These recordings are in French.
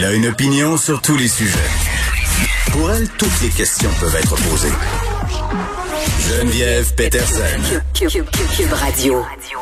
Elle a une opinion sur tous les sujets. Pour elle, toutes les questions peuvent être posées. Geneviève Peterson. Cube Radio.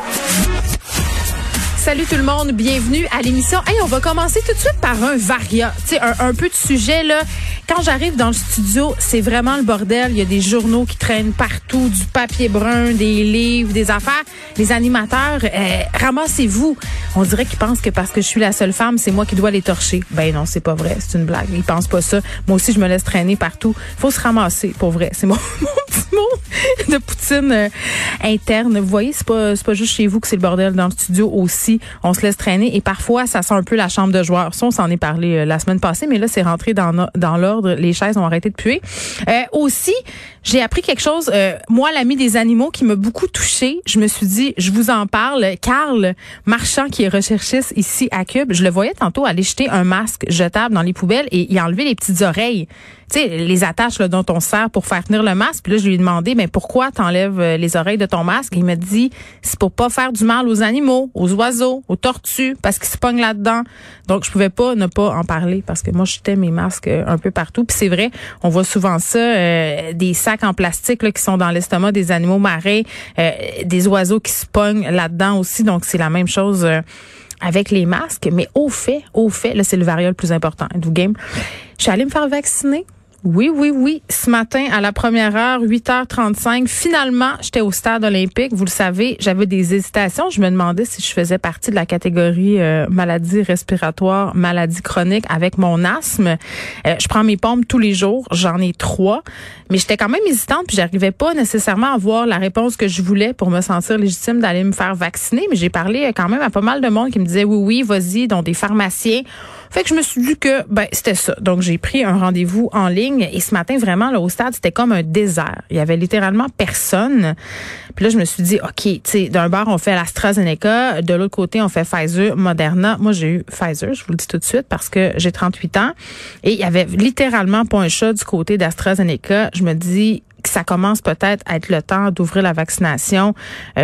Salut tout le monde, bienvenue à l'émission. Hey, on va commencer tout de suite par un varia, tu sais, un peu de sujet là. Quand j'arrive dans le studio, c'est vraiment le bordel. Il y a des journaux qui traînent partout, du papier brun, des livres, des affaires. Les animateurs, ramassez-vous. On dirait qu'ils pensent que parce que je suis la seule femme, c'est moi qui dois les torcher. Ben non, c'est pas vrai, c'est une blague. Ils pensent pas ça. Moi aussi, je me laisse traîner partout. Faut se ramasser, pour vrai. C'est mon petit mot de poutine interne. Vous voyez, c'est pas juste chez vous que c'est le bordel dans le studio aussi. On se laisse traîner et parfois, ça sent un peu la chambre de joueur. Ça, on s'en est parlé la semaine passée, mais là, c'est rentré dans l'ordre. Les chaises ont arrêté de puer. Aussi, j'ai appris quelque chose. Moi, l'ami des animaux qui m'a beaucoup touchée, je me suis dit, je vous en parle. Carl Marchand, qui est recherchiste ici à Cube, je le voyais tantôt aller jeter un masque jetable dans les poubelles et il a enlevé les petites oreilles. Tu sais, les attaches là, dont on sert pour faire tenir le masque. Puis là, je lui ai demandé, mais pourquoi t'enlèves les oreilles de ton masque? Il m'a dit, c'est pour pas faire du mal aux animaux, aux oiseaux, aux tortues, parce qu'ils se pognent là-dedans. Donc, je pouvais pas ne pas en parler parce que moi, je jetais mes masques un peu partout. Puis c'est vrai, on voit souvent ça, des sacs en plastique là, qui sont dans l'estomac des animaux marins, des oiseaux qui se pognent là-dedans aussi. Donc, c'est la même chose avec les masques. Mais au fait, là, c'est le variole le plus important. Êtes-vous game? Je suis allée me faire vacciner. Oui. Ce matin, à la première heure, 8h35, finalement, j'étais au stade olympique. Vous le savez, j'avais des hésitations. Je me demandais si je faisais partie de la catégorie maladie respiratoire, maladie chronique avec mon asthme. Je prends mes pompes tous les jours. J'en ai 3. Mais j'étais quand même hésitante puis j'arrivais pas nécessairement à avoir la réponse que je voulais pour me sentir légitime d'aller me faire vacciner. Mais j'ai parlé quand même à pas mal de monde qui me disait oui, vas-y, dont des pharmaciens. Fait que je me suis dit que c'était ça. Donc j'ai pris un rendez-vous en ligne et ce matin vraiment là au stade, c'était comme un désert. Il y avait littéralement personne. Puis là je me suis dit OK, tu sais, d'un bord on fait l'AstraZeneca, de l'autre côté on fait Pfizer, Moderna. Moi j'ai eu Pfizer, je vous le dis tout de suite parce que j'ai 38 ans et il y avait littéralement pas un chat du côté d'AstraZeneca. Je me dis que ça commence peut-être à être le temps d'ouvrir la vaccination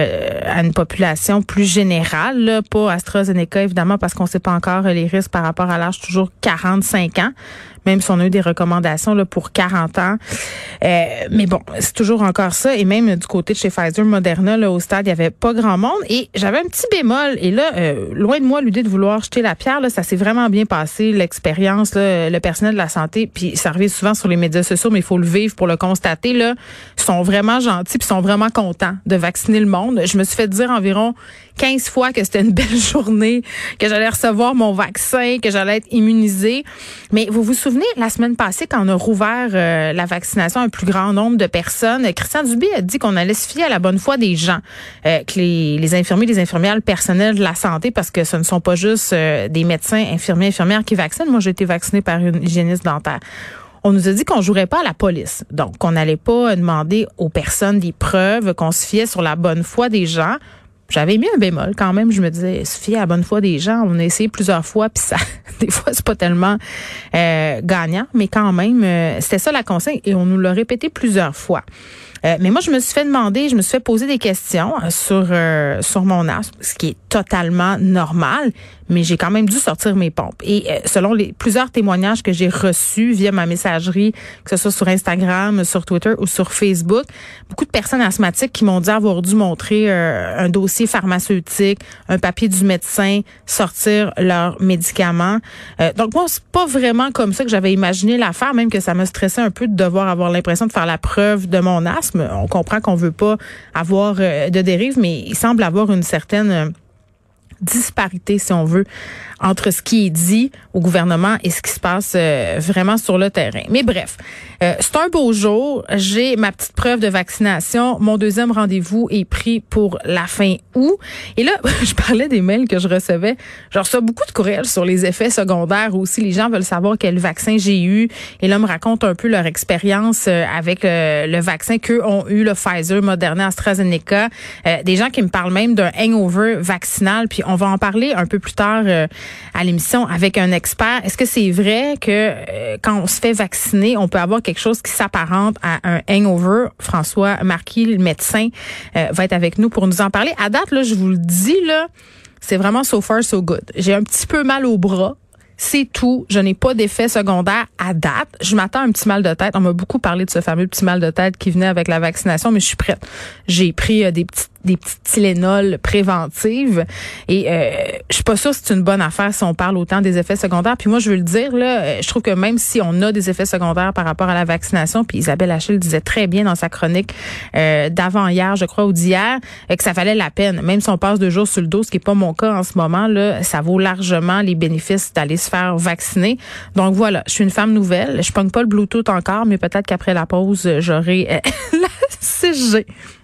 à une population plus générale, là, pas AstraZeneca évidemment parce qu'on sait pas encore les risques par rapport à l'âge toujours 45 ans, même si on a eu des recommandations là pour 40 ans. Mais bon, c'est toujours encore ça et même du côté de chez Pfizer, Moderna là au stade, il y avait pas grand monde et j'avais un petit bémol et là loin de moi l'idée de vouloir jeter la pierre là, ça s'est vraiment bien passé l'expérience là, le personnel de la santé puis ça revient souvent sur les médias sociaux mais il faut le vivre pour le constater là. Ils sont vraiment gentils puis sont vraiment contents de vacciner le monde. Je me suis fait dire environ 15 fois que c'était une belle journée, que j'allais recevoir mon vaccin, que j'allais être immunisée. Mais vous vous souvenez, la semaine passée, quand on a rouvert la vaccination à un plus grand nombre de personnes, Christian Dubé a dit qu'on allait se fier à la bonne foi des gens, que les infirmiers, les infirmières, le personnel de la santé, parce que ce ne sont pas juste des médecins, infirmières qui vaccinent. Moi, j'ai été vaccinée par une hygiéniste dentaire. On nous a dit qu'on jouerait pas à la police. Donc, qu'on n'allait pas demander aux personnes des preuves, qu'on se fiait sur la bonne foi des gens. J'avais mis un bémol quand même. Je me disais, se fier à la bonne foi des gens. On a essayé plusieurs fois, puis ça, des fois, c'est pas tellement gagnant. Mais quand même, c'était ça la consigne et on nous l'a répété plusieurs fois. Mais moi, je me suis fait poser des questions sur mon asthme, ce qui est totalement normal, mais j'ai quand même dû sortir mes pompes. Et selon plusieurs témoignages que j'ai reçus via ma messagerie, que ce soit sur Instagram, sur Twitter ou sur Facebook, beaucoup de personnes asthmatiques qui m'ont dit avoir dû montrer un dossier pharmaceutique, un papier du médecin, sortir leurs médicaments. Donc moi, c'est pas vraiment comme ça que j'avais imaginé l'affaire, même que ça me stressait un peu de devoir avoir l'impression de faire la preuve de mon asthme. On comprend qu'on veut pas avoir de dérive, mais il semble avoir une certaine disparité, si on veut, entre ce qui est dit au gouvernement et ce qui se passe vraiment sur le terrain. Mais bref, c'est un beau jour. J'ai ma petite preuve de vaccination. Mon deuxième rendez-vous est pris pour la fin août. Et là, je parlais des mails que je recevais. Je reçois beaucoup de courriels sur les effets secondaires aussi. Les gens veulent savoir quel vaccin j'ai eu. Et là, me racontent un peu leur expérience avec le vaccin qu'eux ont eu, le Pfizer, Moderna, AstraZeneca. Des gens qui me parlent même d'un hangover vaccinal. Puis on va en parler un peu plus tard à l'émission avec un expert. Est-ce que c'est vrai que quand on se fait vacciner, on peut avoir quelque chose qui s'apparente à un hangover? François Marquis, le médecin, va être avec nous pour nous en parler. À date, là, je vous le dis, là, c'est vraiment so far so good. J'ai un petit peu mal au bras. C'est tout. Je n'ai pas d'effet secondaire à date. Je m'attends à un petit mal de tête. On m'a beaucoup parlé de ce fameux petit mal de tête qui venait avec la vaccination, mais je suis prête. J'ai pris des petites Tylenol préventives et je suis pas sûre que c'est une bonne affaire si on parle autant des effets secondaires. Puis moi, je veux le dire, là, je trouve que même si on a des effets secondaires par rapport à la vaccination, puis Isabelle Haché le disait très bien dans sa chronique d'avant-hier, je crois, ou d'hier, que ça valait la peine. Même si on passe 2 jours sur le dos, ce qui est pas mon cas en ce moment, là, ça vaut largement les bénéfices d'aller se faire vacciner. Donc voilà, je suis une femme nouvelle. Je pogne pas le Bluetooth encore, mais peut-être qu'après la pause, j'aurai la 6G.